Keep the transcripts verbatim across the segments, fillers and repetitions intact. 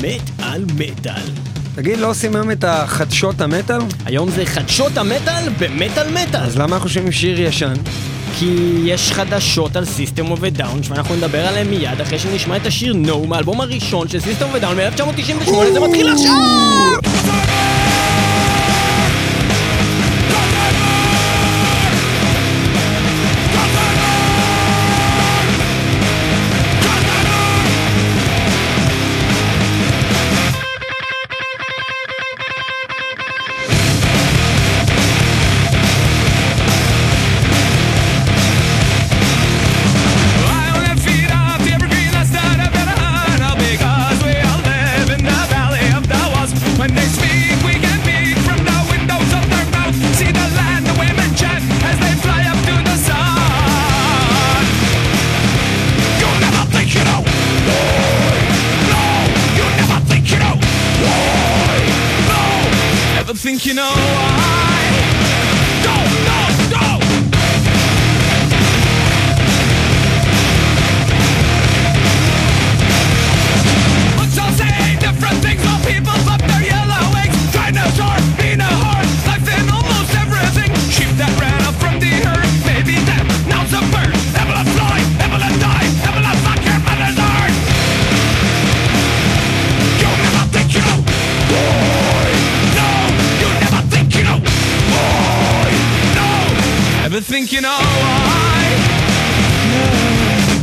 מת על מטל. תגיד, לא עושים היום את החדשות המטל? היום זה חדשות המטל במטל מטל. אז למה אנחנו שומעים שיר ישן? כי יש חדשות על System of a Down, ואנחנו נדבר עליהם מיד אחרי שנשמע את השיר No מהאלבום הראשון של System of a Down מ-אלף תשע מאות תשעים ושמונה. זה מתחיל עכשיו! Think you know why? Go, go, go! Let's all say different things while people flip their yellow wings. Trying to soar, being a heart, life in almost everything. Sheep that ran up from the herd, maybe that now's a bird. Able to fly, able to die, able to fuck your mother's heart. You never think you know. Ever think you know why? No.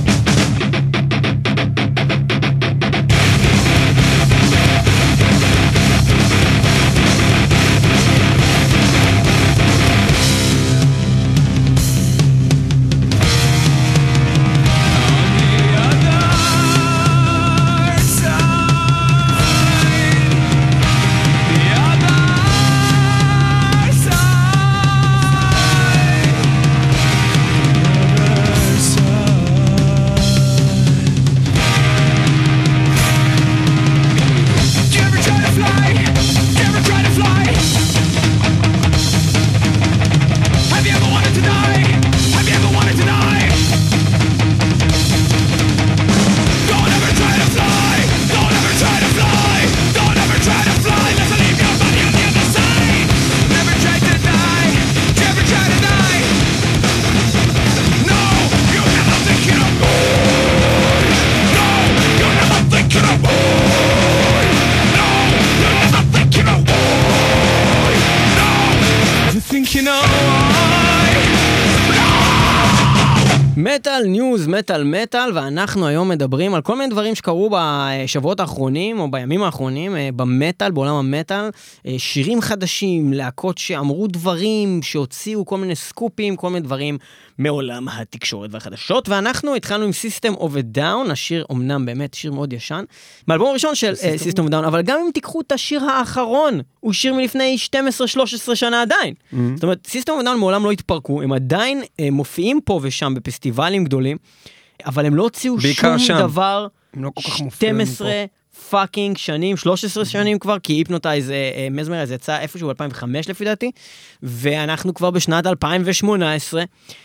מטל ניוז, מטל מטל, ואנחנו היום מדברים על כל מיני דברים שקרו בשבועות האחרונים או בימים האחרונים במטל, בעולם המטל, שירים חדשים, להקות שאמרו דברים, שהוציאו כל מיני סקופים, כל מיני דברים מעולם התקשורת והחדשות, ואנחנו התחלנו עם System of a Down, השיר אומנם באמת שיר מאוד ישן, מהאלבום הראשון של System of a Down, אבל גם אם תיקחו את השיר האחרון, הוא שיר מלפני שתים עשרה שלוש עשרה שנה עדיין. Mm-hmm. זאת אומרת, System of a Down מעולם לא התפרקו, הם עדיין אה, מופיעים פה ושם בפסטיבלים גדולים, אבל הם לא הוציאו שום שם. דבר לא כל כך שתים עשרה פאקינג שנים, שלוש עשרה שנים כבר, כי היפנוטייז, מזמר, זה יצא איפשהו ב-אלפיים וחמש לפי דעתי, ואנחנו כבר בשנת אלפיים ושמונה עשרה,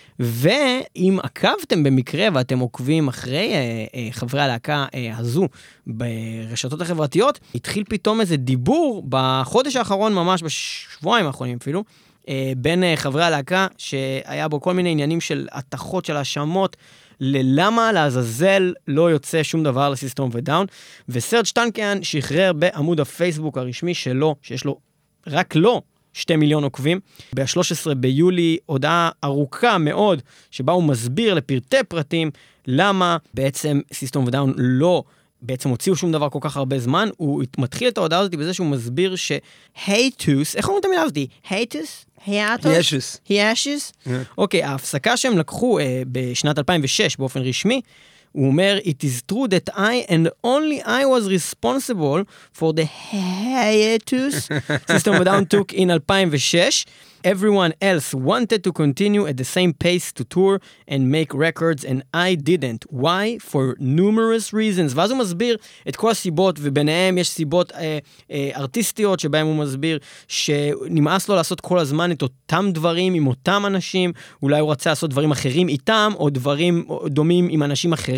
ואם עקבתם במקרה ואתם עוקבים אחרי אה, אה, חברי הלהקה אה, הזו ברשתות החברתיות, התחיל פתאום איזה דיבור בחודש האחרון, ממש בשבועיים האחרונים אפילו, אה, בין אה, חברי הלהקה שהיה בו כל מיני עניינים של התחות של האשמות, ללמה לעזאזל לא יוצא שום דבר לסיסטם ודאון, וסרג' טנקיאן שחרר בעמוד הפייסבוק הרשמי שלו, שיש לו רק לא שתי מיליון עוקבים, ב-שלושה עשר ביולי הודעה ארוכה מאוד, שבה הוא מסביר לפרטי פרטים, למה בעצם סיסטם ודאון לא בעצם הוציאו שום דבר כל כך הרבה זמן. הוא מתחיל את ההודעה הזאת בזה שהוא מסביר שהייטוס, איך אומרים את המילה הזאתי? הייטוס? היאשוס. היאשוס? אוקיי, ההפסקה שהם לקחו בשנת אלפיים ושש באופן רשמי, הוא אומר, it is true that I and only I was responsible for the hiatus System of a Down took in אלפיים ושש. Everyone else wanted to continue at the same pace to tour and make records and I didn't. Why? For numerous reasons. ואז הוא מסביר את כל הסיבות, וביניהם יש סיבות אה, אה, ארטיסטיות שבהם הוא מסביר שנמאס לו לעשות כל הזמן את אותם דברים עם אותם אנשים, אולי הוא רצה לעשות דברים אחרים איתם, או דברים דומים עם אנשים אחרים.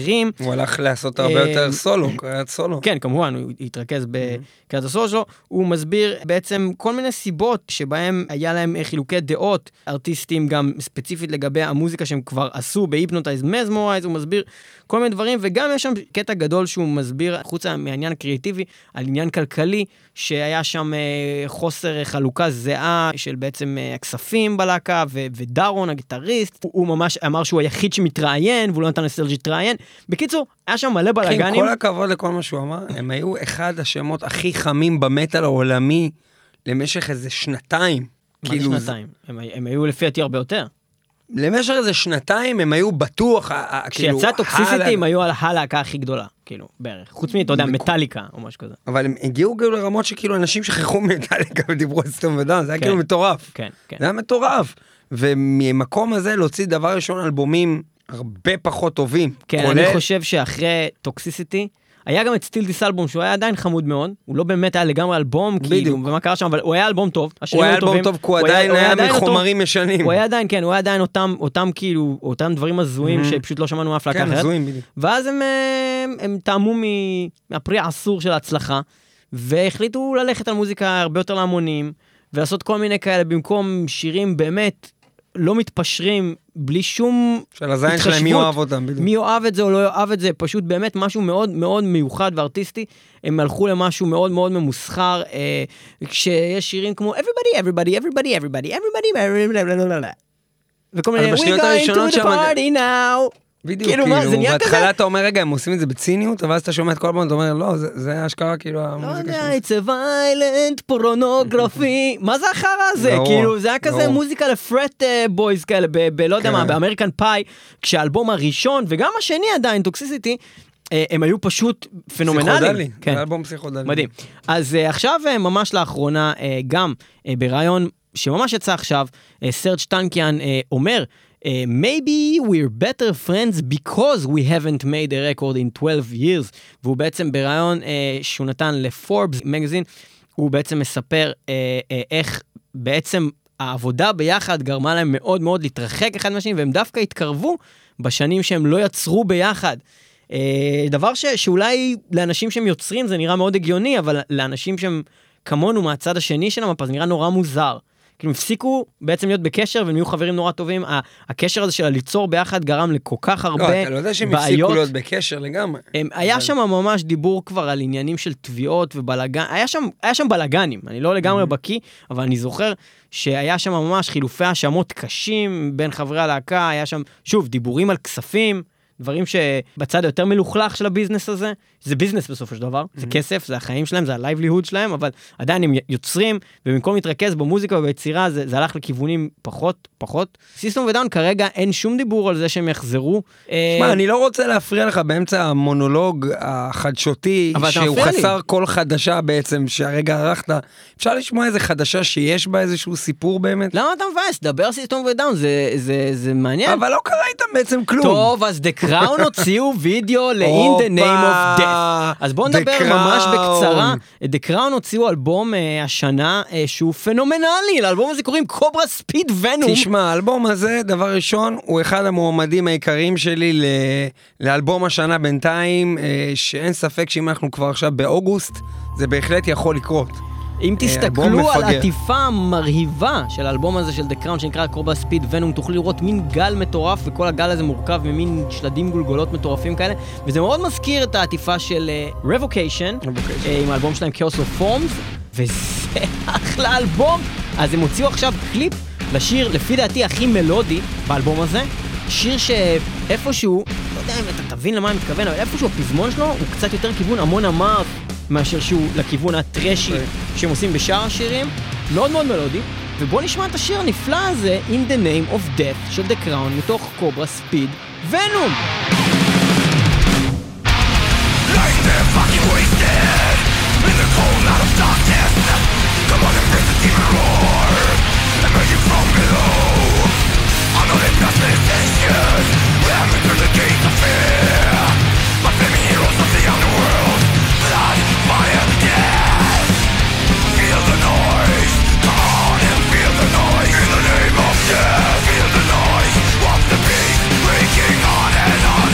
אחרים. הוא הלך לעשות הרבה יותר סולו, קריאת סולו. כן, כמובן, הוא התרכז בקריאת הסולו שלו. הוא מסביר בעצם כל מיני סיבות שבהם היה להם חילוקי דעות ארטיסטים, גם ספציפית לגבי המוזיקה שהם כבר עשו בהיפנוטייז מזמורייז, הוא מסביר כל מיני דברים, וגם יש שם קטע גדול שהוא מסביר, חוץ מהעניין הקריאטיבי, על עניין כלכלי, שהיה שם חוסר חלוקה זהה של בעצם הכספים בלהקה, ודארון, הגיטריסט, הוא ממש אמר שהוא היחיד שמתראיין, והוא לא נתן לסרג' להתראיין. בקיצור, היה שם מלא בלגנים. כן, כל הכבוד לכל מה שהוא אמר, הם היו אחד השמות הכי חמים במטל העולמי, למשך איזה שנתיים. מה זה שנתיים? הם היו לפי דעתי הרבה יותר. למשך איזה שנתיים הם היו בטוח, כשיצא טוקסיסיטי הם היו על הלהקה הכי גדולה, כאילו, בערך. חוץ מי, אתה יודע, מטליקה או משהו כזה. אבל הם הגיעו כאילו לרמות שכאילו אנשים שכחו מטליקה ודיברו על סטום ודאון, זה היה כאילו מטורף. כן, כן. זה היה מטורף. וממקום הזה להוציא דבר ראשון אלבומים הרבה פחות טובים. כן, אני חושב שאחרי טוקסיסיטי, היה גם את סטיל דיס אלבום, שהוא היה עדיין חמוד מאוד, הוא לא באמת היה לגמרי אלבום, כאילו, ומה קרה שם, אבל הוא היה אלבום טוב. הוא היה אלבום טוב, כי הוא עדיין היה מחומרים ישנים. הוא היה עדיין, כן, הוא היה עדיין אותם, כאילו, אותם דברים הזויים, שפשוט לא שמענו אף להקה אחרת. כן, הזויים, בדיוק. ואז הם טעמו מהפרי העשור של ההצלחה, והחליטו ללכת על מוזיקה הרבה יותר להמונים, ולעשות כל מיני כאלה, במקום שירים באמת לא מתפשרים, בלי שום של הזין שלהם, מי אוהב אותם, בדיוק. מי אוהב את זה או לא אוהב את זה, פשוט באמת משהו מאוד מאוד מיוחד וארטיסטי, הם הלכו למשהו מאוד מאוד ממוסחר, אה, כשיש שירים כמו everybody, everybody, everybody, everybody, everybody, everybody, וכל מיני, we going to the party now. בדיוק, כאילו, בהתחלה אתה אומר, רגע, הם עושים את זה בציניות, ואז אתה שומע את כל פעם, אתה אומר, לא, זה השקרה, כאילו, המוזיקה שלנו. לא יודע, it's a violent pornography, מה זה החרא הזה? כאילו, זה היה כזה מוזיקה לפרט בויז כאלה, לא יודע מה, באמריקן פאי, כשהאלבום הראשון, וגם השני עדיין, טוקסיסיטי, הם היו פשוט פנומנליים. פסיכודלי, זה אלבום פסיכודלי. מדהים. אז עכשיו, ממש לאחרונה, גם ברעיון שממש יצא עכשיו, סרג' טנקיאן אומר, Uh, maybe we're better friends because we haven't made a record in twelve years. והוא בעצם ברעיון uh, שהוא נתן לפורבס מגזין, הוא בעצם מספר uh, uh, איך בעצם העבודה ביחד גרמה להם מאוד מאוד להתרחק אחד מהשני, והם דווקא התקרבו בשנים שהם לא יצרו ביחד. Uh, דבר ש, שאולי לאנשים שהם יוצרים זה נראה מאוד הגיוני, אבל לאנשים שהם כמונו מהצד השני של המפה, זה נראה נורא מוזר. כאילו, הפסיקו בעצם להיות בקשר, והם יהיו חברים נורא טובים. הקשר הזה של הליצור ביחד גרם לכל כך הרבה בעיות. לא, אתה לא יודע שהם הפסיקו להיות בקשר לגמרי. היה שם ממש דיבור כבר על עניינים של תביעות ובלגן. היה שם, היה שם בלגנים. אני לא לגמרי בקי, אבל אני זוכר שהיה שם ממש חילופי האשמות קשים בין חברי הלהקה. היה שם, שוב, דיבורים על כספים, דברים שבצד היותר מלוכלך של הביזנס הזה, זה ביזנס בסופו של דבר, זה כסף, זה החיים שלהם, זה הלייבליהוד שלהם, אבל עדיין הם יוצרים, ובמקום להתרכז במוזיקה וביצירה, זה, זה הלך לכיוונים פחות, פחות. סיסטום ודאון, כרגע אין שום דיבור על זה שהם יחזרו. שמע, אני לא רוצה להפריע לך באמצע המונולוג החדשותי, שהוא חסר כל חדשה בעצם, שהרגע ערכת. אפשר לשמוע איזה חדשה שיש בה איזשהו סיפור באמת? למה אתה מבאס? דבר סיסטום ודאון, זה, זה, זה מעניין. אבל לא קרה איתם בעצם כלום. טוב, אז The Crown הוציאו וידאו ל-In the Name of Death. אז בואו נדבר ממש בקצרה. The Crown הוציאו אלבום השנה שהוא פנומנלי. לאלבום הזה קוראים קוברה ספיד ונום. תשמע, האלבום הזה, דבר ראשון, הוא אחד המועמדים העיקריים שלי לאלבום השנה בינתיים, שאין ספק שאם אנחנו כבר עכשיו באוגוסט, זה בהחלט יכול לקרות. אם תסתכלו על עטיפה מרהיבה של האלבום הזה של The Crown שנקרא קוברה ספיד ונום, תוכלו לראות מין גל מטורף, וכל הגל הזה מורכב ממין שלדים גולגולות מטורפים כאלה, וזה מאוד מזכיר את העטיפה של Revocation, עם האלבום שלהם Chaos of Forms, וזה אחלה אלבום. אז הם הוציאו עכשיו קליפ לשיר, לפי דעתי, הכי מלודי באלבום הזה, שיר שאיפשהו, לא יודע אם אתה תבין למה אני מתכוון, אבל איפשהו הפזמון שלו הוא קצת יותר כיוון המון אמרת, מאשר שהוא לכיוון הטרשי שהם עושים בשאר השירים, מאוד מאוד מלודי, ובואו נשמע את השיר הנפלא הזה, In the Name of Death של The Crown, מתוך קוברה ספיד ונום. Life they're fucking wasted in the cold light of darkness. Come on and break the demon roar, emerging from below. I know they've got sensations, we haven't through the gates of fear. My flaming heroes of the underworld, blood, fire, death. Feel the noise, come on and feel the noise. In the name of death, feel the noise of the beast, breaking on and on.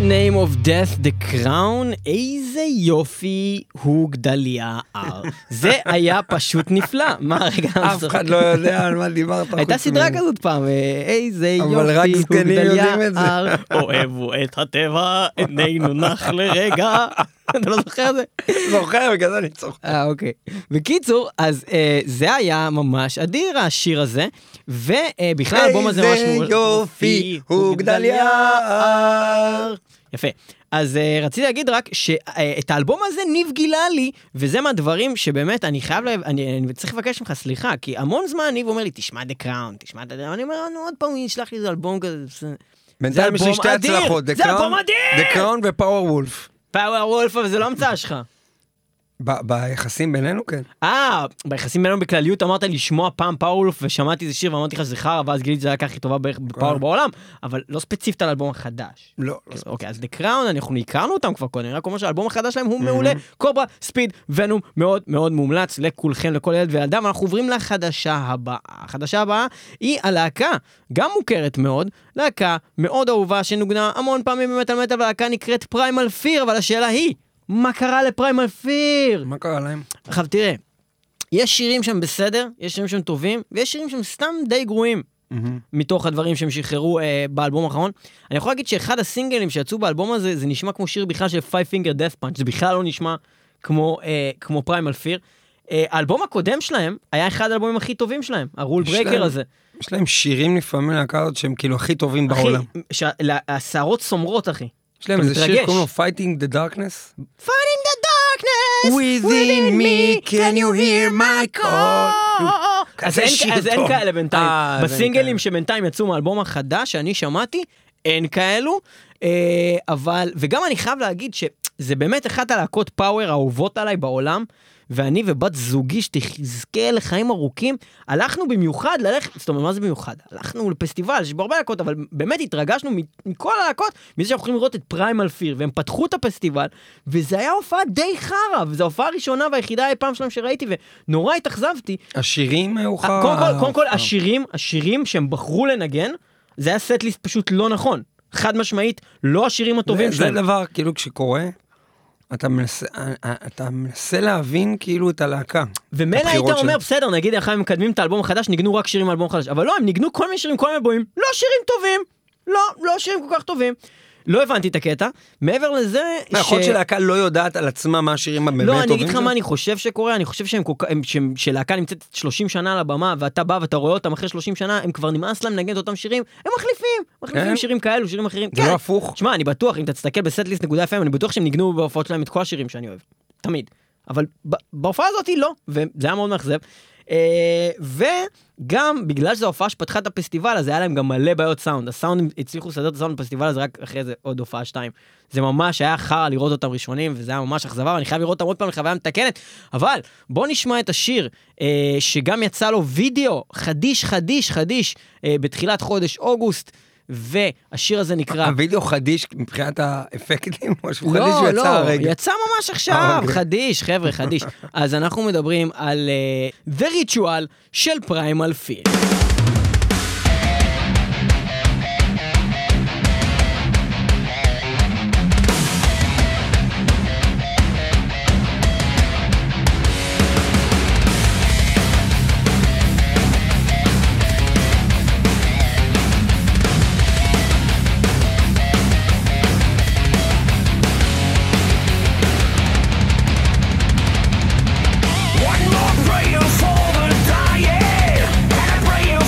name of death, the crown, איזה יופי הוא גדליה הר. זה היה פשוט נפלא. מה רגע? אף אחד לא יודע על מה דיברת. הייתה סדרה כזאת פעם, איזה יופי הוא גדליה הר. אוהבו את הטבע, עינינו נח לרגע. אתה לא זוכר את זה? זוכר, בגלל זה אני צוחק. אה, אוקיי. בקיצור, אז זה היה ממש אדיר, השיר הזה, ובכלל האלבום הזה ממש... איזה יופי הוא גדליה הר. יפה. אז uh, רציתי להגיד רק שאת האלבום הזה ניב גילה לי, וזה מהדברים שבאמת אני חייב, לה, אני, אני צריך לבקש ממך סליחה, כי המון זמן ניב אומר לי, תשמע The Crown, תשמע את זה, אני אומר, נו, עוד פעם, הוא ישלח לי איזה אלבום כזה, בינתיים יש לי שתי הצלחות, זה אלבום אדיר! The Crown ופאוור וולף. פאוור וולף, אבל זה לא המצאה שלך. ביחסים בינינו, כן. אה, ביחסים בינינו בכלליות אמרת לי לשמוע פעם פאוורולף, ושמעתי איזה שיר ואמרתי לך שזה חרא, ואז גיליתי שזה היה הכי טובה בפאוור בעולם, אבל לא ספציפית על האלבום החדש. לא. אוקיי, אז The Crown, אנחנו הכרנו אותם כבר קודם, רק אומר שהאלבום החדש שלהם הוא מעולה, קוברה, ספיד, ונום, מאוד מאוד מומלץ לכולכם, לכל ילד וילדה, ואנחנו עוברים לחדשה הבאה. החדשה הבאה היא הלהקה, גם מוכרת מאוד, להקה מאוד אהובה שנוגנה המון פעמים במטל מטל, והלהקה נקראת פריימל פיר, אבל השאלה היא, מה קרה לפריימל פיר? מה קרה להם? עכשיו תראה, יש שירים שהם בסדר, יש שירים שהם טובים, ויש שירים שהם סתם די גרועים, mm-hmm. מתוך הדברים שהם שחררו אה, באלבום האחרון. אני יכול להגיד שאחד הסינגלים שיצאו באלבום הזה, זה נשמע כמו שיר בכלל של Five Finger Death Punch, זה בכלל לא נשמע כמו, אה, כמו פריימל פיר. אה, האלבום הקודם שלהם, היה אחד האלבומים הכי טובים שלהם, הרול ברייקר הזה. יש להם שירים לפעמים להקה הזאת שהם כאילו הכי טובים בעולם. אחי, השערות סומרות, אחי. יש להם איזה שיר קוראים לו Fighting the Darkness. Fighting the Darkness within me, can you hear my call? אז אין כאלה בינתיים. בסינגלים שבינתיים יצאו מהאלבום החדש שאני שמעתי, אין כאלו. אבל, וגם אני חייב להגיד שזה באמת אחת הלהקות פאוור האהובות עליי בעולם, ואני ובת זוגי שתזכה לחיים ארוכים, הלכנו במיוחד ללכת, זאת אומרת, מה זה במיוחד? הלכנו לפסטיבל, יש בהרבה להקות, אבל באמת התרגשנו מכל הלהקות, מזה שאנחנו יכולים לראות את פריימל פיר, והם פתחו את הפסטיבל, וזה היה הופעה די חרה, וזו ההופעה הראשונה והיחידה אי פעם שלהם שראיתי, ונורא התאכזבתי. השירים היו חרה. קודם כל, קודם כל, השירים, השירים שהם בחרו לנגן, זה היה סט-ליסט פשוט לא נכון. חד משמעית, לא השירים הטובים שלהם. זה דבר, כאילו, כשקורה, אתה מנסה, אתה מנסה להבין כאילו את הלהקה. ומילא היית אומר, בסדר, נגיד, איך הם מקדמים את האלבום החדש, ניגנו רק שירים מהאלבום החדש, אבל לא, הם ניגנו כל מיני שירים, כל מיני בואים, לא שירים טובים, לא, לא שירים כל כך טובים. לא הבנתי את הקטע, מעבר לזה... יכול שלהקה לא יודעת על עצמה מה השירים באמת טובים? לא, אני אגיד לך מה אני חושב שקורה, אני חושב שלהקה נמצאת שלושים שנה על הבמה, ואתה בא ואתה רואה אותם אחרי שלושים שנה, הם כבר נמאס להם נגד אותם שירים, הם מחליפים, מחליפים שירים כאלו, שירים אחרים. זה לא הפוך. שמע, אני בטוח, אם אתה תסתכל בסט-ליסט נקודה אף אם, אני בטוח שהם ניגנו בהופעות שלהם את כל השירים שאני אוהב, תמיד. אבל בהופעה הזאת לא, וזה היה מאוד מאכזב. וגם בגלל שזו הופעה שפתחה את הפסטיבל, אז היה להם גם מלא בעיות סאונד. הסאונד, הצליחו לסדר את הסאונד בפסטיבל הזה רק אחרי זה עוד הופעה שתיים. זה ממש היה חרא לראות אותם ראשונים, וזה היה ממש אכזבה, ואני חייב לראות אותם עוד פעם לחוויה מתקנת. אבל בוא נשמע את השיר, שגם יצא לו וידאו חדיש, חדיש, חדיש, בתחילת חודש אוגוסט, והשיר הזה נקרא... הווידאו חדיש מבחינת האפקטים, או שהוא חדיש ויצא לא, הרגע? לא, יצא ממש עכשיו, חדיש, חבר'ה, חדיש. אז אנחנו מדברים על uh, The Ritual של פריימל פיר. One more prayer for the dying, and a prayer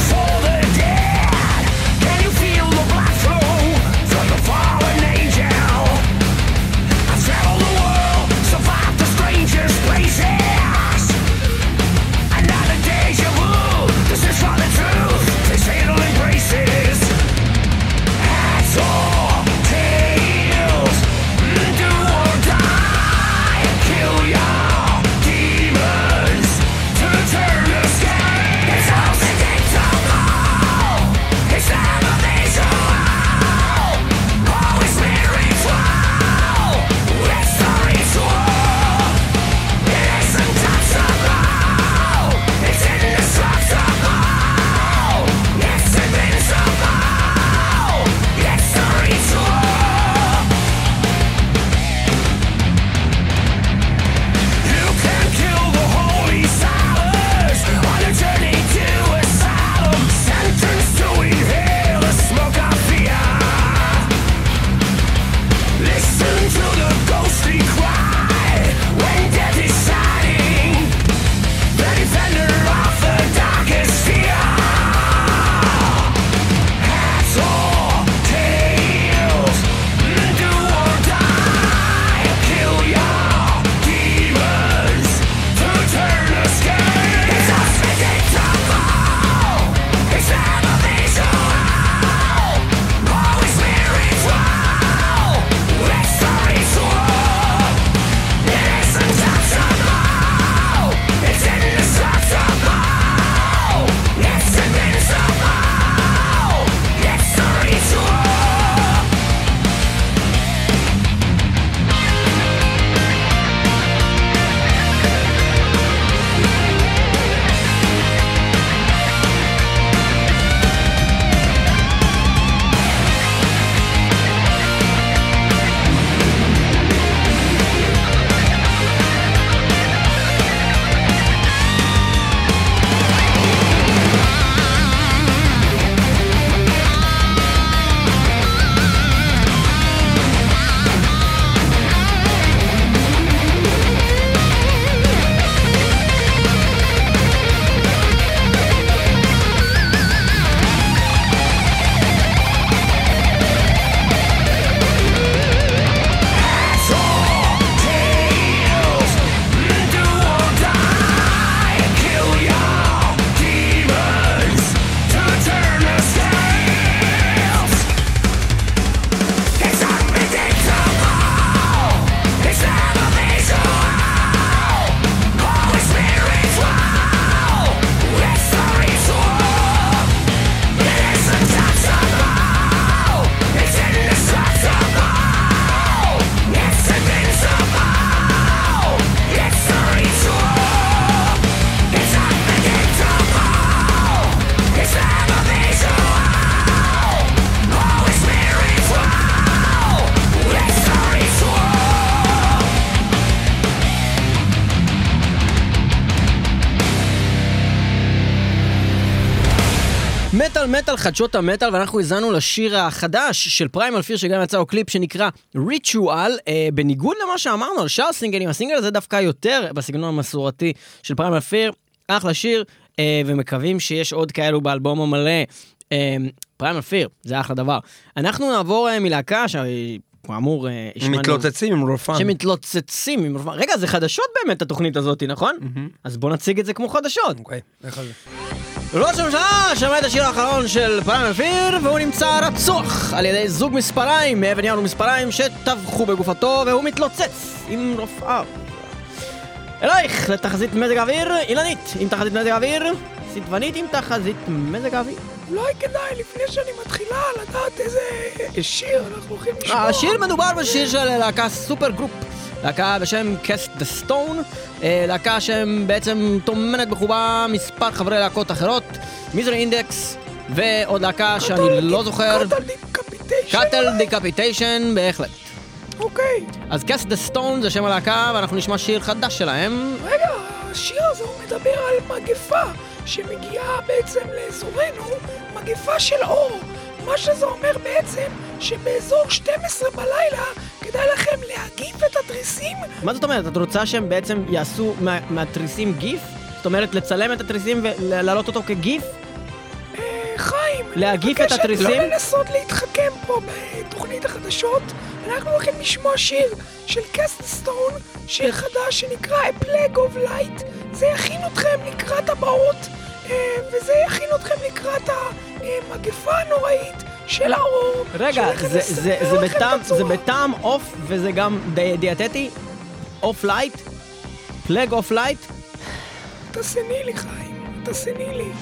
מטל מטל חדשות המטל, ואנחנו הזנו לשיר החדש של פריימל פיר שגם יצא לו קליפ שנקרא ריטואל, אה, בניגוד למה שאמרנו על שאר סינגלים, הסינגל הזה דווקא יותר בסגנון המסורתי של פריימל פיר, אחלה שיר, אה, ומקווים שיש עוד כאלו באלבום המלא. אה, פריימל פיר, זה אחלה דבר. אנחנו נעבור אה, מלהקה שהיא כאמור, מתלוצצים עם רופן. שמתלוצצים עם רופן. רגע, זה חדשות באמת התוכנית הזאת, נכון? אז בוא נציג את זה כמו חדשות. אוקיי, איך על זה? ראש הממשלה שמע את השיר האחרון של פריימל פיר, והוא נמצא רצוח על ידי זוג מספריים, מאבן ים ומספריים שטבחו בגופתו, והוא מתלוצץ עם רופאה. אלייך לתחזית מזג האוויר, אילנית עם תחזית מזג האוויר, סדבנית עם תחזית מזג האוויר. אולי כדאי לפני שאני מתחילה לדעת איזה שיר אנחנו הולכים לשמוע. השיר מדובר בשיר של להקה סופר גרופ, להקה בשם Cast the Stone, להקה שבעצם תומנת בחובה מספר חברי להקות אחרות, מיזרי אינדקס ועוד להקה שאני לא זוכר. קאטל דיקפיטיישן. קאטל דיקפיטיישן, בהחלט. אוקיי. אז Cast the Stone זה שם הלהקה ואנחנו נשמע שיר חדש שלהם. רגע, השיר הזה הוא מדבר על מגפה שמגיעה בעצם לאזורנו, מגפה של אור. מה שזה אומר בעצם שבאזור שתים עשרה בלילה כדאי לכם להגיף את התריסים. מה זאת אומרת? את רוצה שהם בעצם יעשו מה, מהתריסים גיף? זאת אומרת לצלם את התריסים ולהעלות אותו כגיף? אה, חיים, להגיף את התריסים? לא לנסות להתחכם פה בתוכנית החדשות. אנחנו הולכים לשמוע שיר של קאסט סטון, שיר חדש שנקרא A Plague of Light. זה יכין אתכם לקראת הבאות, וזה יכין אתכם לקראת המגפה הנוראית של האור. רגע, זה, זה, זה, בטעם, זה בטעם אוף, וזה גם די, דיאטטי? אוף לייט? פלאג אוף לייט? תעשני לי חיים, תעשני לי.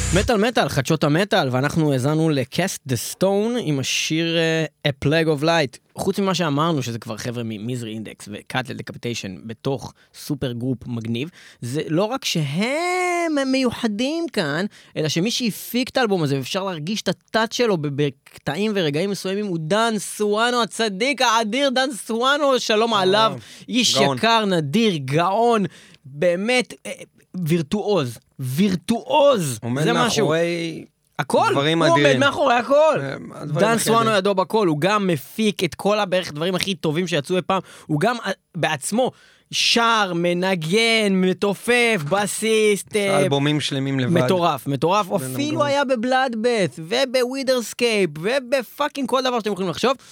מטל מטל, חדשות המטל, ואנחנו הזנו לקסט דה סטון עם השיר uh, A Plague of Light. חוץ ממה שאמרנו, שזה כבר חבר'ה ממיזרי אינדקס וקאטל דקפיטיישן בתוך סופר גרופ מגניב, זה לא רק שהם מיוחדים כאן, אלא שמי שהפיק את האלבום הזה, ואפשר להרגיש את הטאט שלו בקטעים ורגעים מסוימים, הוא דן סואנו, הצדיק האדיר דן סואנו, שלום עליו, איש יקר, נדיר, גאון, באמת וירטואוז, וירטואוז, זה משהו. מאחורי הכל, דברים הוא אדירים. עומד מאחורי הכל. הדברים דן הכי סואנו אדירים. ידו בכל, הוא גם מפיק את כל הבערך דברים הכי טובים שיצאו אי פעם, הוא גם בעצמו שר, מנגן, מתופף, בסיסט, אלבומים שלמים לבד. מטורף, מטורף, אפילו היה בבלאדבאת' ובווידרסקייפ ובפאקינג כל דבר שאתם יכולים לחשוב,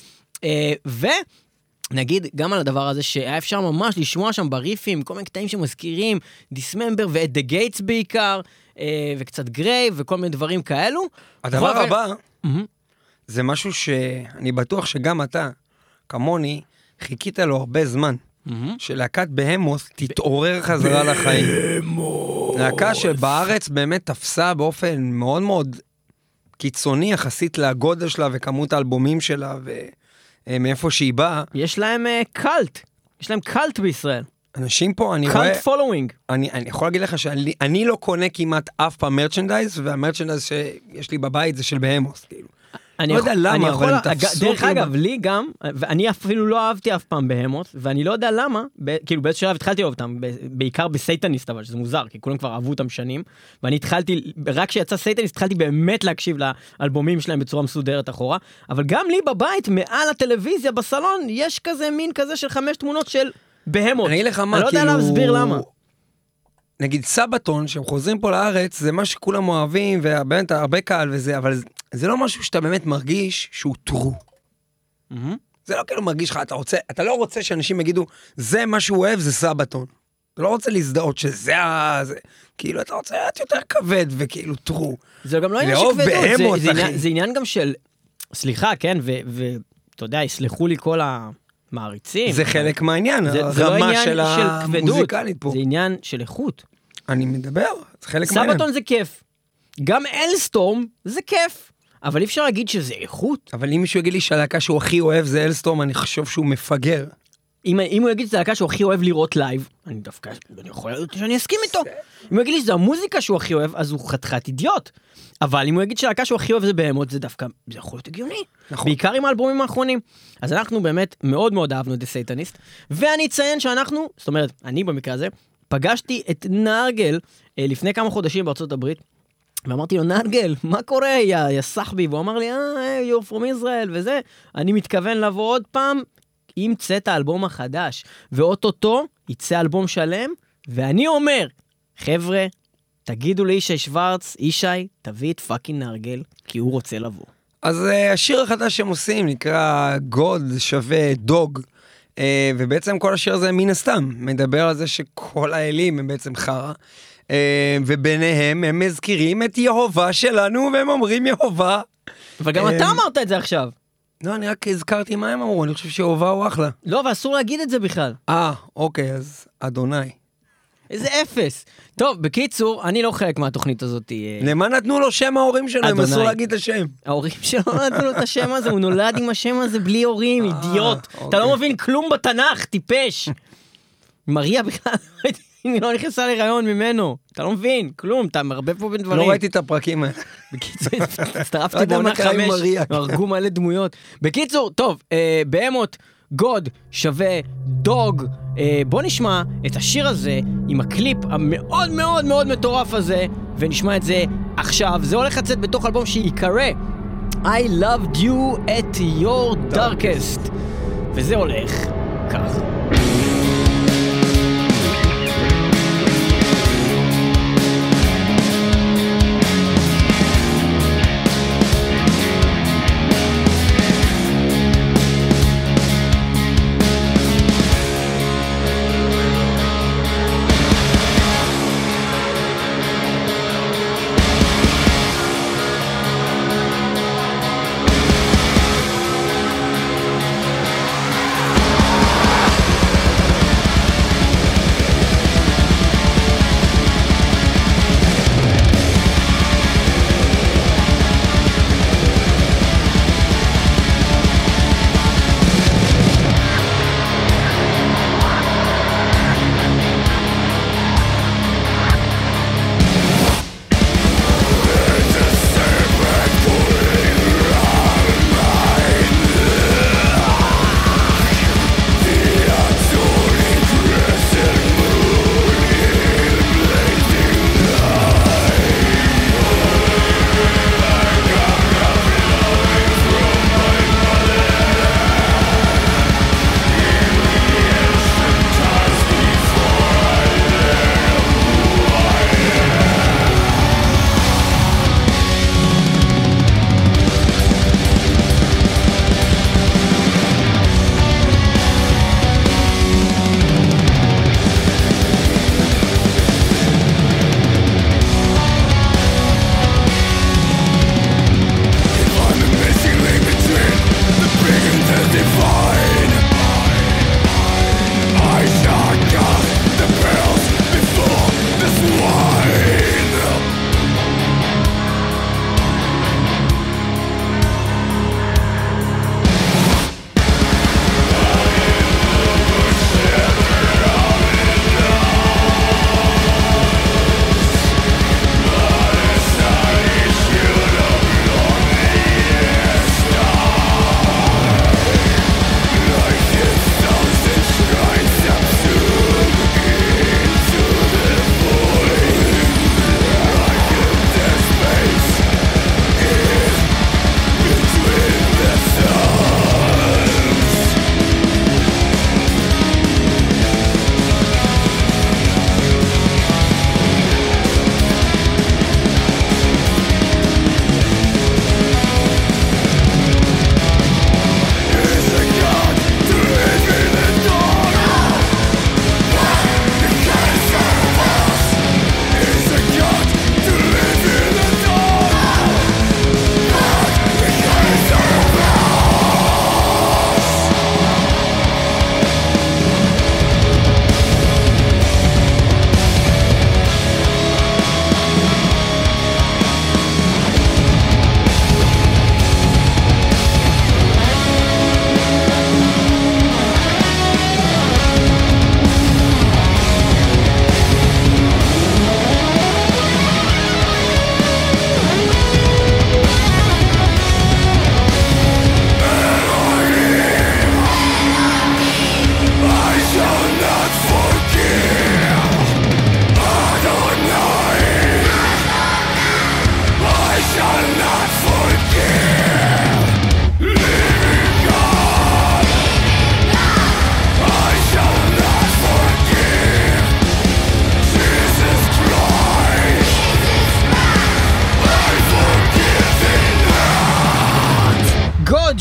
ונגיד גם על הדבר הזה שהיה אפשר ממש לשמוע שם בריפים, כל מיני קטעים שמזכירים, דיסממבר ואת דה גייטס בעיקר, וקצת גריי וכל מיני דברים כאלו. הדבר הבא, זה משהו שאני בטוח שגם אתה, כמוני, חיכית לו הרבה זמן. שלהקת בהמוס תתעורר חזרה לחיים. להקה שבארץ באמת תפסה באופן מאוד מאוד קיצוני יחסית לגודל שלה וכמות האלבומים שלה ומאיפה שהיא באה. יש להם קלט, יש להם קלט בישראל. אנשים פה, אני רואה... קלט פולווינג. אני, אני יכול להגיד לך שאני אני לא קונה כמעט אף פעם מרצ'נדייז, והמרצ'נדייז שיש לי בבית זה של בהמוס, כאילו. אני לא יודע למה, אבל הם תפסו... דרך אגב, לי גם, ואני אפילו לא אהבתי אף פעם בהמוס, ואני לא יודע למה, כאילו באיזשהו שלב התחלתי לאהוב אותם, בעיקר בסייטניסט, אבל שזה מוזר, כי כולם כבר אהבו אותם שנים, ואני התחלתי, רק כשיצא סייטניסט, התחלתי באמת להקשיב לאלבומים שלהם בצורה מסודרת אחורה, אבל גם לי בבית, מעל הטלוויזיה, בסלון, יש כזה מין כזה של חמש תמונות של בהמוס. אני אגיד לך מה, אני לא יודע להסביר למה. נגיד סבתון, שהם חוזרים פה לארץ, זה מה שכולם אוהבים, ובאמת הרבה קהל וזה, אבל זה לא משהו שאתה באמת מרגיש שהוא טרו. זה לא כאילו מרגיש לך, אתה רוצה, אתה לא רוצה שאנשים יגידו, זה מה שהוא אוהב, זה סבתון. אתה לא רוצה להזדהות שזה ה... כאילו, אתה רוצה להיות יותר כבד וכאילו טרו. זה גם לא עניין של כבדות, זה עניין גם של, סליחה, כן, ואתה יודע, יסלחו לי כל המעריצים. זה חלק מהעניין, הרמה של המוזיקלית פה. זה עניין של איכות. אני מדבר, זה חלק מהעניין. סבתון זה כיף. גם אלסטורם זה כיף. אבל אי אפשר להגיד שזה איכות. אבל אם מישהו יגיד לי שהלהקה שהוא הכי אוהב זה אלסטורם, אני חושב שהוא מפגר. אם, אם הוא יגיד שזה הלהקה שהוא הכי אוהב לראות לייב, אני דווקא, אני יכול להגיד שאני אסכים איתו. אם הוא יגיד לי שזה המוזיקה שהוא הכי אוהב, אז הוא חתיכת אידיוט. אבל אם הוא יגיד שהלהקה שהוא הכי אוהב זה בהמות, זה דווקא, זה יכול להיות הגיוני. נכון. בעיקר עם האלבומים האחרונים. אז אנחנו באמת מאוד מאוד אהבנו את הסייטניסט, ואני אציין שאנחנו, זאת אומרת, אני במקרה הזה, פגשתי את נרגל לפני כמה חודשים בארצות הברית, ואמרתי לו, נרגל, מה קורה, יא, יא סחבי? והוא אמר לי, אה, you're from Israel, וזה. אני מתכוון לבוא עוד פעם, אם צא את האלבום החדש, ואוטוטו יצא אלבום שלם, ואני אומר, חבר'ה, תגידו לישי שוורץ, ישי, תביא את פאקינג נרגל, כי הוא רוצה לבוא. אז uh, השיר החדש שהם עושים נקרא God שווה דוג, uh, ובעצם כל השיר הזה מן הסתם מדבר על זה שכל האלים הם בעצם חרה, uh, וביניהם הם מזכירים את יהובה שלנו, והם אומרים יהובה. אבל גם אתה אמרת את זה עכשיו. לא, אני רק הזכרתי מה הם אמרו, אני חושב שיהובה הוא אחלה. לא, ואסור להגיד את זה בכלל. אה, אוקיי, אז אדוני. איזה אפס. טוב, בקיצור, אני לא חלק מהתוכנית הזאת. למה נתנו לו שם ההורים שלו? הם אסור להגיד את השם. ההורים שלו נתנו לו את השם הזה, הוא נולד עם השם הזה בלי הורים, אידיוט. אתה לא מבין כלום בתנ"ך, טיפש. מריה בכלל, היא לא נכנסה להיריון ממנו. אתה לא מבין, כלום, אתה מרבב פה בין דברים. לא ראיתי את הפרקים האלה. בקיצור, הצטרפתי בעונה חמש, הרגו מלא דמויות. בקיצור, טוב, בהמות, גוד שווה דוג. בוא נשמע את השיר הזה עם הקליפ המאוד מאוד מאוד מטורף הזה, ונשמע את זה עכשיו. זה הולך לצאת בתוך אלבום שיקרא I loved you at your darkest, וזה הולך כך.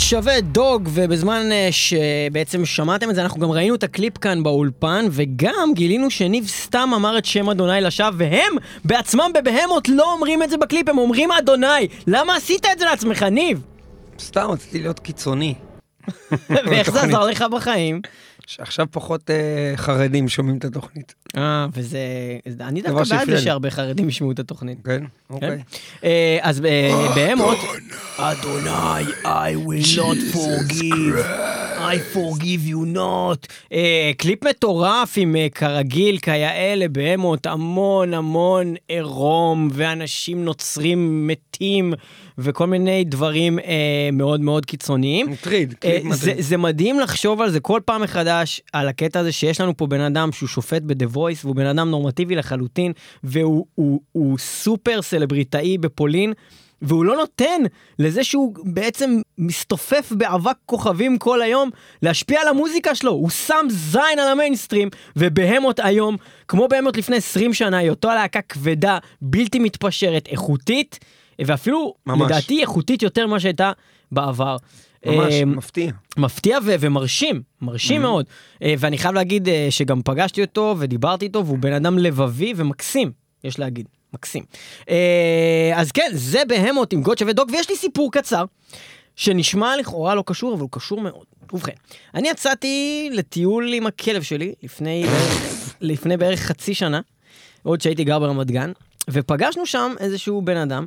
שווה דוג, ובזמן שבעצם שמעתם את זה, אנחנו גם ראינו את הקליפ כאן באולפן, וגם גילינו שניב סתם אמר את שם אדוני לשווא, והם בעצמם בבהמות לא אומרים את זה בקליפ, הם אומרים אדוני. למה עשית את זה לעצמך, ניב? סתם, רציתי להיות קיצוני. ואיך זה עזר לך בחיים? שעכשיו פחות אה, חרדים שומעים את התוכנית. אה, וזה... אני דווקא בעד זה שהרבה חרדים ישמעו את התוכנית. כן, אוקיי. אה, אז בהמות... אדוני, I will not forgive. I forgive you not. אה, קליפ מטורף עם אה, כרגיל, כיאה בהמות, המון המון עירום, ואנשים נוצרים מתים, וכל מיני דברים אה, מאוד מאוד קיצוניים. מטריד, אה, קליפ זה, מטריד. זה מדהים לחשוב על זה כל פעם מחדש, על הקטע הזה שיש לנו פה בן אדם שהוא שופט ב-The Voice, והוא בן אדם נורמטיבי לחלוטין, והוא הוא, הוא סופר סלבריטאי בפולין, והוא לא נותן לזה שהוא בעצם מסתופף באבק כוכבים כל היום, להשפיע על המוזיקה שלו. הוא שם זין על המיינסטרים, ובהמות היום, כמו בהמות לפני עשרים שנה, היא אותו להקה כבדה, בלתי מתפשרת, איכותית, ואפילו ממש. לדעתי איכותית יותר ממה שהייתה בעבר. ממש, אה, מפתיע. מפתיע ו- ומרשים, מרשים מאוד. אה, ואני חייב להגיד אה, שגם פגשתי אותו ודיברתי איתו, והוא בן אדם לבבי ומקסים, יש להגיד, מקסים. אה, אז כן, זה בהמות עם גוד שווה דוג, ויש לי סיפור קצר, שנשמע לכאורה לא קשור, אבל הוא קשור מאוד. ובכן, אני יצאתי לטיול עם הכלב שלי, לפני בערך, לפני בערך חצי שנה, עוד שהייתי גר ברמת גן, ופגשנו שם איזשהו בן אדם,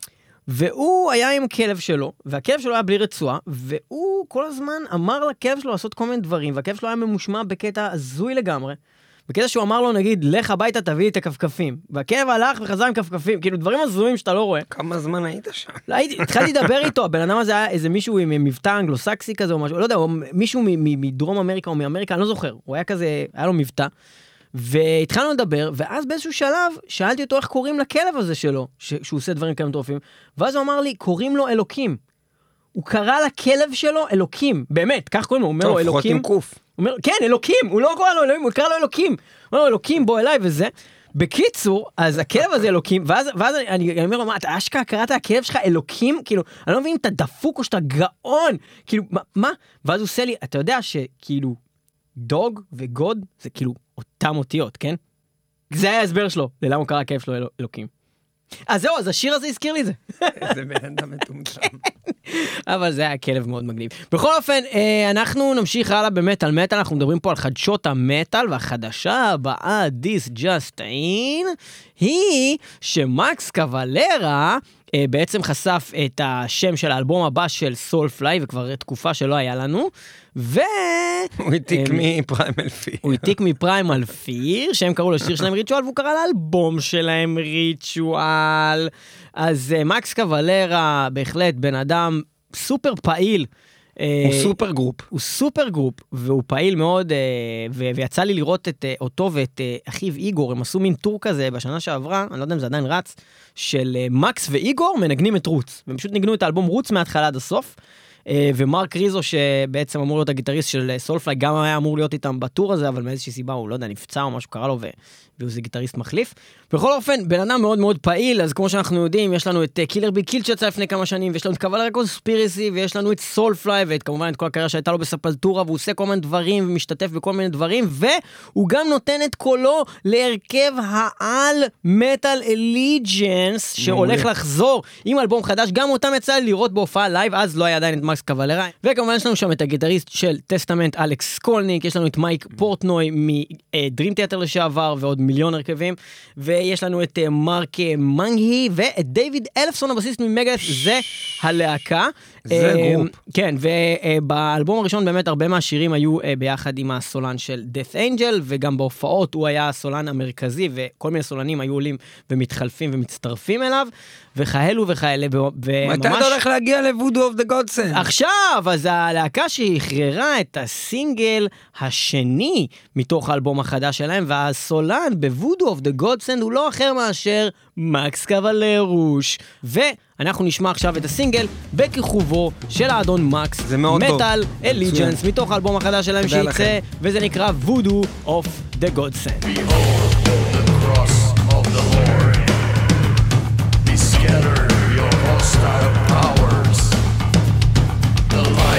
והוא היה עם כלב שלו, והכלב שלו היה בלי רצועה, והוא כל הזמן אמר לכלב שלו לעשות כל מיני דברים, והכלב שלו היה ממושמע בקטע הזוי לגמרי, בקטע שהוא אמר לו, נגיד, לך הביתה תביא את הכפכפים, והכלב הלך וחזר עם כפכפים, כאילו דברים הזויים שאתה לא רואה. כמה זמן היית שם? לא, הייתי, התחלתי לדבר איתו, הבן אדם הזה היה איזה מישהו עם מבטא אנגלוסקסי כזה, או משהו, לא יודע, או מישהו מ- מ- מדרום אמריקה או מאמריקה, אני לא זוכר, הוא היה כזה, היה לו מבטא, והתחלנו לדבר, ואז באיזשהו שלב שאלתי אותו איך קוראים לכלב הזה שלו, ש- שהוא עושה דברים כאלה מטורפים, ואז הוא אמר לי, קוראים לו אלוקים. הוא קרא לכלב שלו אלוקים, באמת, כך קוראים לו, הוא אומר לו טוב, אלוקים. חותם קוף. הוא אומר, כן, אלוקים, הוא לא קורא לו אלוהים, הוא קרא לו אלוקים. הוא אומר לו, אלוקים, בוא אליי וזה. בקיצור, אז הכלב הזה אלוקים, ואז, ואז אני, אני, אני אומר לו, מה, אתה אשכרה קראת הכלב שלך אלוקים? כאילו, אני לא מבין אם אתה דפוק או שאתה גאון. כאילו, מה? מה? ואז הוא עושה לי, אתה יודע שכאילו, דוג וגוד זה כאילו אותם אותיות, כן? זה היה ההסבר שלו, ללמה הוא קרא הכלב שלו אל, אלוקים. אז זהו, אז השיר הזה הזכיר לי זה. איזה בן אדם מטומטם. אבל זה היה כלב מאוד מגניב. בכל אופן, אנחנו נמשיך הלאה במטל מטל, אנחנו מדברים פה על חדשות המטל, והחדשה הבאה, This Just In, היא שמקס קוולרה בעצם חשף את השם של האלבום הבא של סולפליי, וכבר תקופה שלא היה לנו, ו... הוא העתיק מפריימל פיר. הוא העתיק מפריימל פיר, שהם קראו לשיר שלהם ריטואל, והוא קרא לאלבום שלהם ריטואל. אז מקס קוולרה, בהחלט בן אדם סופר פעיל. הוא סופר גרופ. הוא סופר גרופ, והוא פעיל מאוד, ויצא לי לראות את אותו ואת אחיו איגור, הם עשו מין טור כזה בשנה שעברה, אני לא יודע אם זה עדיין רץ, של מקס ואיגור מנגנים את רוץ, והם פשוט ניגנו את האלבום רוץ מההתחלה עד הסוף, ומרק ריזו שבעצם אמור להיות הגיטריסט של סולפליי, גם היה אמור להיות איתם בטור הזה, אבל מאיזושהי סיבה הוא לא יודע, נפצע או משהו קרה לו, והוא זה גיטריסט מחליף. בכל אופן, בן אדם מאוד מאוד פעיל, אז כמו שאנחנו יודעים, יש לנו את קילר בי קיל שיצא לפני כמה שנים, ויש לנו את קוולרה קונספירסי, ויש לנו את סולפליי, וכמובן את כל הקריירה שהייתה לו בספלטורה, והוא עושה כל מיני דברים, ומשתתף בכל מיני דברים, והוא גם נותן את קולו להרכב העל מטל אליג'נס, שהולך לחזור עם אלבום חדש, גם אותם יצא לראות בהופעה לייב, אז לא היה עדיין את מקס קוולרה, וכמובן יש לנו שם את הגיטריסט של טסטמנט אלכס סקולניק, יש לנו את מייק פורטנוי מדרים תיאטר לשעבר, ועוד מיליון הרכבים, ויש לנו את מרק מנגהי, ואת דיוויד אלפסון, הבסיסט ממגדף, זה הלהקה. זה גרופ. כן, ובאלבום הראשון באמת הרבה מהשירים היו ביחד עם הסולן של Death Angel, וגם בהופעות הוא היה הסולן המרכזי, וכל מיני סולנים היו עולים ומתחלפים ומצטרפים אליו, וכאלו וכאלה, וממש... מתי אתה הולך להגיע לבודו אוף דה גודסן? עכשיו, אז הלהקה שהכררה את הסינגל השני מתוך האלבום החדש שלהם, והסולן בוודו אוף דה גודסן הוא לא אחר מאשר מקס קוולרוש. ואנחנו נשמע עכשיו את הסינגל בכיכובו של האדון מקס, זה מאוד טוב. מטל אליג'נס, מתוך האלבום החדש שלהם שייצא, וזה נקרא וודו אוף דה גודסן. Scatter your hostile powers. The light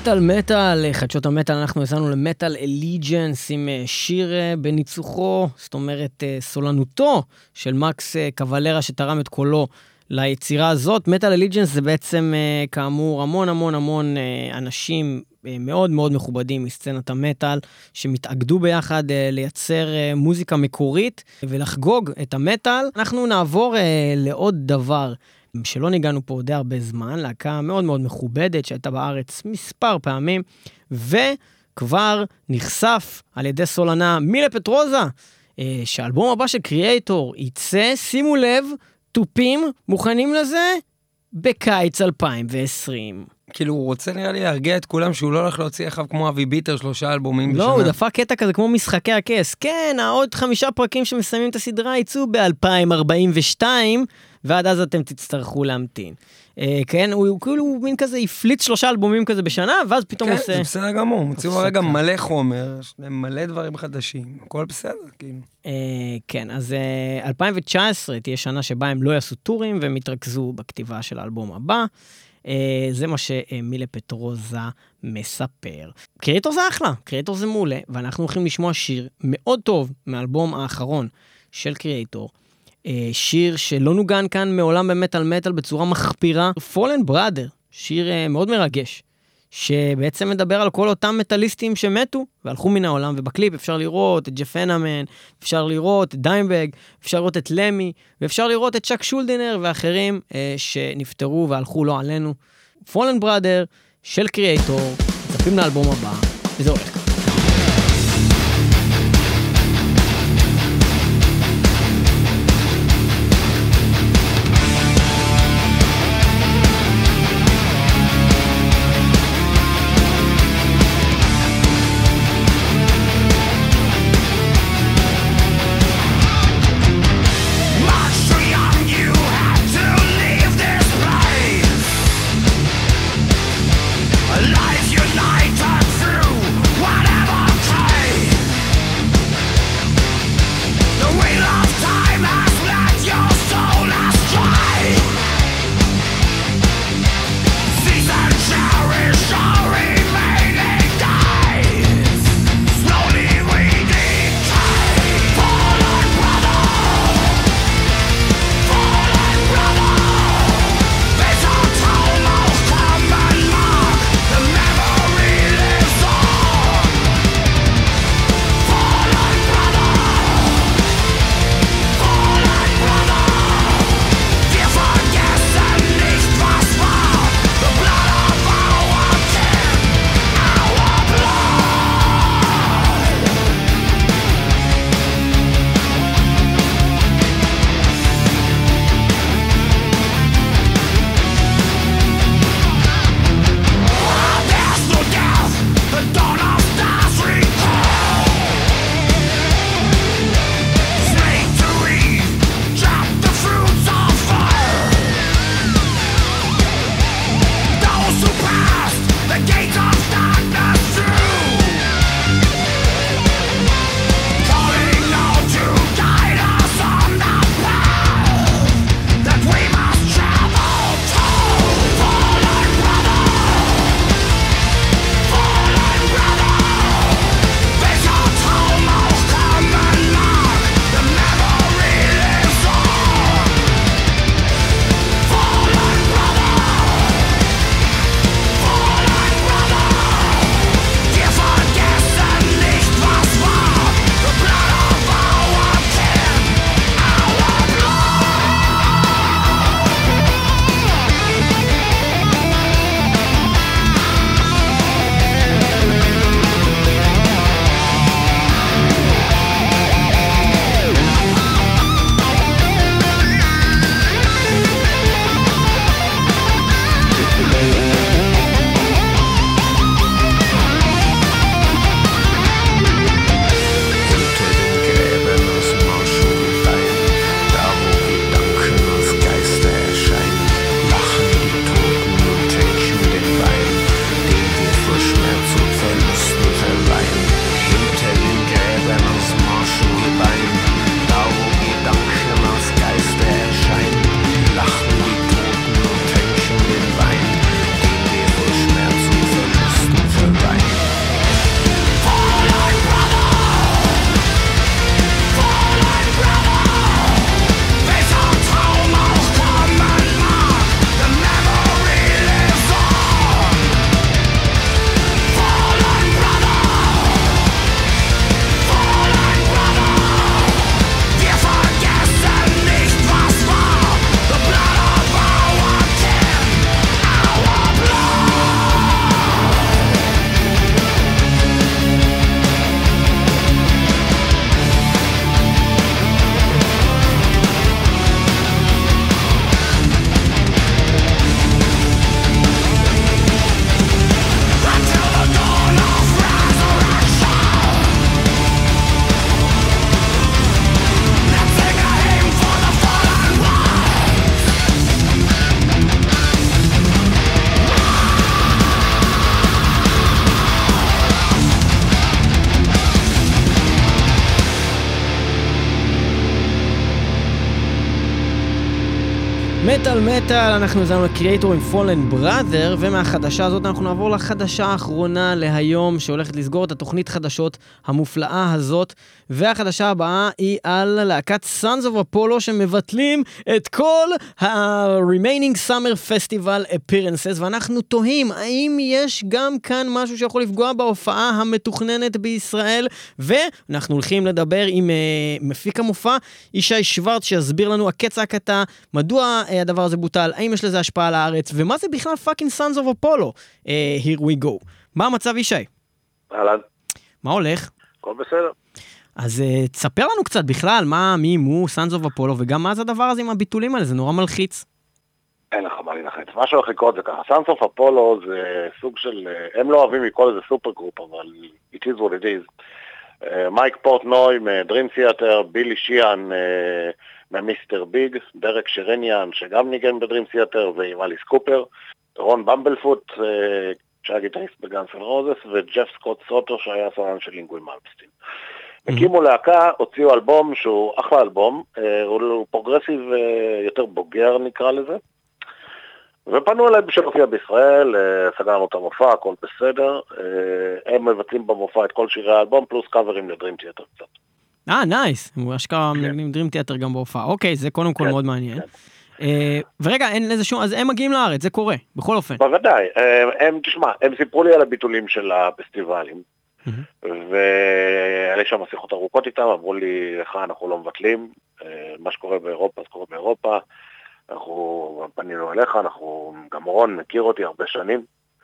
מטל מטל, חדשות המטל, אנחנו יצאנו למטל אליג'נס עם שיר בניצוחו, זאת אומרת סולנותו של מקס קוולרה שתרם את קולו ליצירה הזאת. מטל אליג'נס זה בעצם כאמור המון המון המון אנשים מאוד מאוד מכובדים מסצנת המטל שמתאגדו ביחד לייצר מוזיקה מקורית ולחגוג את המטל. אנחנו נעבור לעוד דבר שלא ניגענו פה די הרבה זמן, להקה מאוד מאוד מכובדת שהייתה בארץ מספר פעמים, וכבר נחשף על ידי סולנה מילה פטרוזה, שהאלבום הבא של קריאייטור יצא, שימו לב, טופים מוכנים לזה בקיץ אלפיים ועשרים. כאילו הוא רוצה נראה לי להרגיע את כולם שהוא לא הולך להוציא אחריו כמו אבי ביטר שלושה אלבומים בשנה. לא, הוא דפק קטע כזה כמו משחקי הכס. כן, העוד חמישה פרקים שמסיימים את הסדרה יצאו ב-אלפיים ארבעים ושתיים, ועד אז אתם תצטרכו להמתין. אה, כן, הוא כאילו הוא מין כזה יפליץ שלושה אלבומים כזה בשנה, ואז פתאום כן, עושה... כן, זה בסדר גמור. מוציאו הרגע מלא חומר, מלא דברים חדשים. הכל בסדר, כאילו. אה, כן, אז אה, אלפיים תשע עשרה תהיה שנה שבה הם לא יעשו טורים, והם יתרכזו בכתיבה של האלבום הבא. זה מה שמילה פטרוזה מספר. קריאייטור זה אחלה, קריאייטור זה מעולה, ואנחנו הולכים לשמוע שיר מאוד טוב מהאלבום האחרון של קריאייטור. שיר שלא נוגן כאן מעולם במטל מטל בצורה מחפירה. Fallen Brother, שיר מאוד מרגש, שבעצם מדבר על כל אותם מטליסטים שמתו והלכו מן העולם, ובקליפ אפשר לראות את ג'ף הנמן, אפשר לראות את דיימבג, אפשר לראות את למי, ואפשר לראות את צ'אק שולדינר ואחרים אה, שנפטרו והלכו לא עלינו. Fallen Brother של קריאייטור, מצפים לאלבום הבא, וזה הולך ככה. Life united through מטל מטל, אנחנו הזמנו לקריאטור עם פולן בראדר, ומהחדשה הזאת אנחנו נעבור לחדשה האחרונה להיום, שהולכת לסגור את התוכנית חדשות המופלאה הזאת, והחדשה הבאה היא על להקת Sons of Apollo, שמבטלים את כל ה-Remaining Summer Festival Appearances, ואנחנו תוהים, האם יש גם כאן משהו שיכול לפגוע בהופעה המתוכננת בישראל, ואנחנו הולכים לדבר עם uh, מפיק המופע, ישי שוורץ, שיסביר לנו הקצע הקטע, מדוע uh, הדבר הזה בוטל, האם יש לזה השפעה על הארץ, ומה זה בכלל fucking Sons of Apollo? Uh, here we go. מה המצב, ישי? אהלן. מה הולך? הכל בסדר. אז uh, תספר לנו קצת בכלל, מה, מי, מו, Sons of Apollo, וגם מה זה הדבר הזה עם הביטולים האלה, זה נורא מלחיץ. אין לך מה להנחץ. מה שהולך לקרות זה ככה, Sons of Apollo זה סוג של, הם לא אוהבים לקרוא לזה סופר גרופ, אבל it is what it is. מייק פורטנוי מדרים תיאטר, בילי שיאן ממיסטר ביג, דרק שרניאן שגם ניגן בדרים תיאטר, ועם אליס קופר, רון במבלפוט שהיה גיטריסט בגאנס אנד רוזס, וג'ף סקוט סוטו שהיה סולן של לינגוי מלמסטין. הקימו להקה, הוציאו אלבום שהוא אחלה אלבום, הוא פרוגרסיב יותר בוגר נקרא לזה, ופנו אליי בשביל הופיע בישראל, סגרנו את המופע, הכל בסדר, הם מבצעים במופע את כל שירי האלבום, פלוס קאברים לדרים תיאטר קצת. אה, נייס, הוא אשכרה מנגנים דרים תיאטר גם בהופעה, אוקיי, זה קודם כל מאוד מעניין. ורגע, אין לזה שום, אז הם מגיעים לארץ, זה קורה, בכל אופן. בוודאי, הם, תשמע, הם סיפרו לי על הביטולים של הפסטיבלים, והיה לי שם שיחות ארוכות איתם, אמרו לי, לך אנחנו לא מבטלים, מה שקורה באירופה, זה קורה באירופה, אנחנו פנינו אליך, אנחנו, גם רון מכיר אותי הרבה שנים,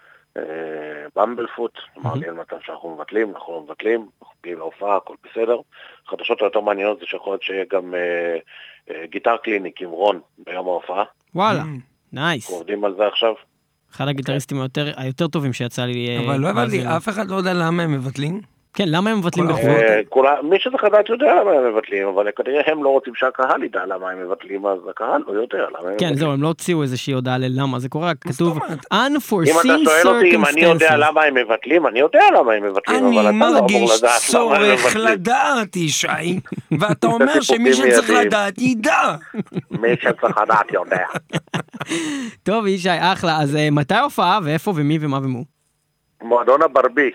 במבלפוט, אמר לי על מצב שאנחנו מבטלים, אנחנו לא מבטלים, אנחנו פגיעים להופעה, הכל בסדר. החדשות היותר מעניינות זה שיכול להיות שיהיה גם גיטר קליניק עם רון ביום ההופעה. וואלה, נייס. אנחנו עובדים על זה עכשיו. אחד הגיטריסטים היותר טובים שיצא לי... אבל לא הבנתי, אף אחד לא יודע למה הם מבטלים? כן, למה הם מבטלים בחו"ל? מי שצריך לדעת יודע למה הם מבטלים, אבל כנראה הם לא רוצים שהקהל ידע למה הם מבטלים, אז הקהל לא יודע למה הם מבטלים. כן, זהו, הם לא הוציאו איזושהי הודעה ללמה, זה קורה, כתוב unforeseen circumstances. אם אתה שואל אותי אם אני יודע למה הם מבטלים, אני יודע למה הם מבטלים, אבל אתה לא אמור לדעת למה הם מבטלים. אני מרגיש צורך לדעת, ישי, ואתה אומר שמי שצריך לדעת ידע. מי שצריך לדעת יודע. טוב, ישי, אחלה, אז מתי ההופעה ואיפה ומי ומה ומו? מועדון הברבי,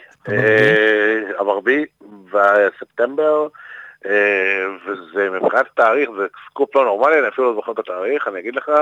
הברבי בספטמבר, וזה מבחינת תאריך, זה סקופ לא נורמלי, אני אפילו לא זוכר את התאריך, אני אגיד לך,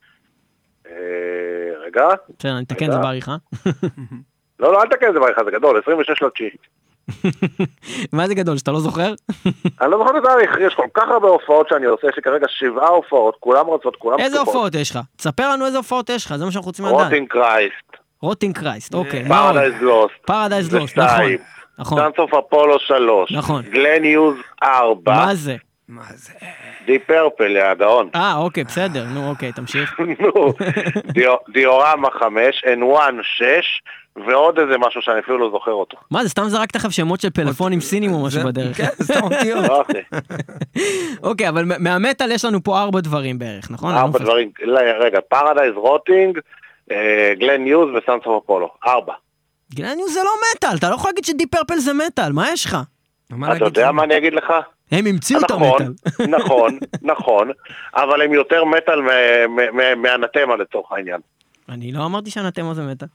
רגע. בסדר, אני אתקן את זה בעריכה. לא, לא, אל תקן את זה בעריכה, זה גדול, עשרים ושש לתשיעי. מה זה גדול, שאתה לא זוכר? אני לא זוכר את התאריך, יש כל כך הרבה הופעות שאני עושה, יש לי כרגע שבעה הופעות, כולם רצות, כולם פתוחות. איזה הופעות יש לך? תספר לנו איזה הופעות יש לך, זה מה שאנחנו רוצים לדעת. רוטינג קרייסט. רוטינג קרייסט, אוקיי. פרדייז לוסט. פרדייז לוסט, נכון. נכון. Sons of Apollo שלוש. נכון. גלן יוז ארבע. מה זה? מה זה? די פרפל, יא הגאון. אה, אוקיי, בסדר. נו, אוקיי, תמשיך. נו. דיורמה חמש, אן וואן שש, ועוד איזה משהו שאני אפילו לא זוכר אותו. מה זה, סתם זרקת לך שמות של פלאפונים סינים או משהו בדרך. כן, סתם אותיות. אוקיי, אבל מהמטל יש לנו פה ארבע דברים בערך, נכון? ארבע דברים, רגע, פרדייז, רוטינג, גלן יוז וסאנס אוף אפולו, ארבע. גלן יוז זה לא מטל, אתה לא יכול להגיד שדי פרפל זה מטל, מה יש לך? אתה יודע מה אני אגיד לך? הם המציאו את המטל. נכון, נכון, אבל הם יותר מטל מהנתמה לצורך העניין. אני לא אמרתי שהנתמה זה מטל.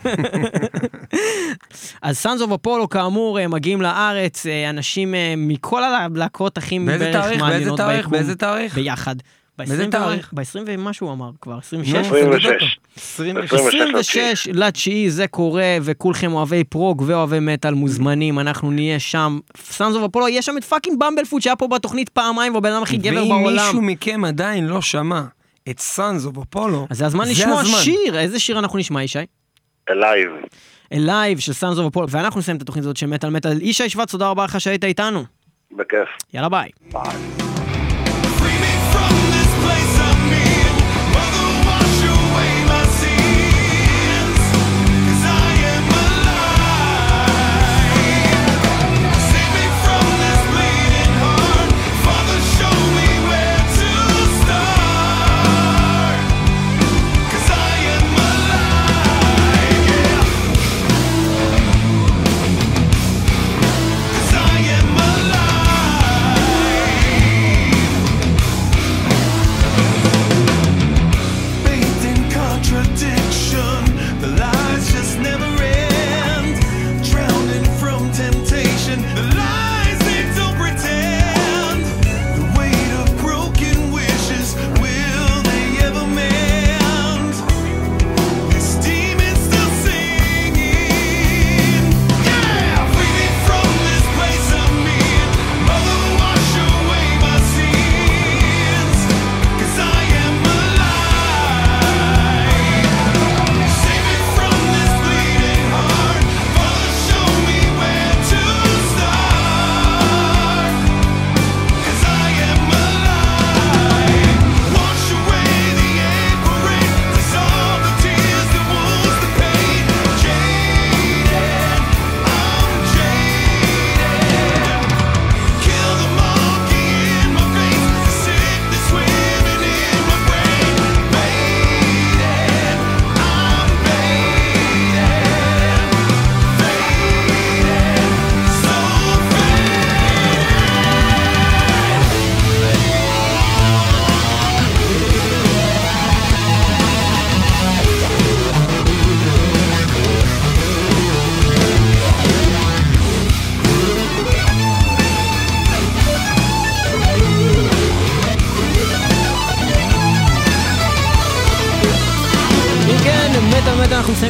אז Sons of Apollo כאמור מגיעים לארץ, אנשים מכל הלהקות הכי בערך מעניינות ביקום. באיזה תאריך? ביחד. באיזה תאריך? ב-עשרים ומשהו אמר כבר, עשרים ושש. עשרים ושש. עשרים ושש לתשיעי זה קורה, וכולכם אוהבי פרוג ואוהבי מטל מוזמנים, אנחנו נהיה שם. Sons of Apollo, יש שם את פאקינג במבלפוט שהיה פה בתוכנית פעמיים, והבן אדם הכי גבר בעולם. ואם מישהו מכם עדיין לא שמע את Sons of Apollo, אז זה הזמן לשמוע שיר. איזה שיר אנחנו נשמע, ישי? אלייב. אלייב של Sons of Apollo, ואנחנו נסיים את התוכנית הזאת של מטל מטל. ישי שוורץ, תודה רבה לך שהיית איתנו. בכיף. יאללה ביי. ביי.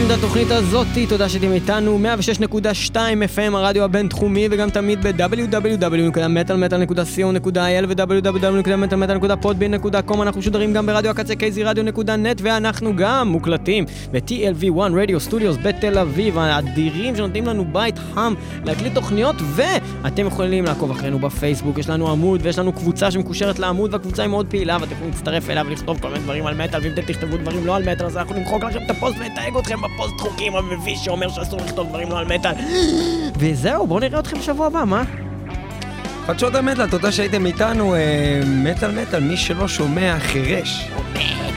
את התוכנית הזאת, תודה שאתם איתנו, מאה ושש נקודה שתיים אף אם הרדיו הבינתחומי, וגם תמיד ב-דאבליו דאבליו דאבליו נקודה מטאל מטאל נקודה סי או נקודה איי אל ו-דאבליו דאבליו דאבליו נקודה מטאל מטאל נקודה פודבין נקודה קום. אנחנו שודרים גם ברדיו הקצה קייזי רדיו נקודה נט, ואנחנו גם מוקלטים ב-טי אל וי וואן רדיו סטודיוס בתל אביב, האדירים שנותנים לנו בית חם להקליט תוכניות, ואתם יכולים לעקוב אחרינו בפייסבוק, יש לנו עמוד ויש לנו קבוצה שמקושרת לעמוד, והקבוצה היא מאוד פעילה ואתם יכולים להצטרף אליה ולכתוב כל מיני דברים על מטאל, ואם אתם תכתבו דברים לא על מטאל אז אנחנו נמחוק לכם את הפוסט ונתייג אתכם בפוסט חוקים המביש שאומר שאסור לכתוב דברים לא על מטאל. וזהו, בואו נראה אתכם בשבוע הבא, מה? חדשות המטאל, תודה שהייתם איתנו, מטאל מטאל, מי שלא שומע חירש.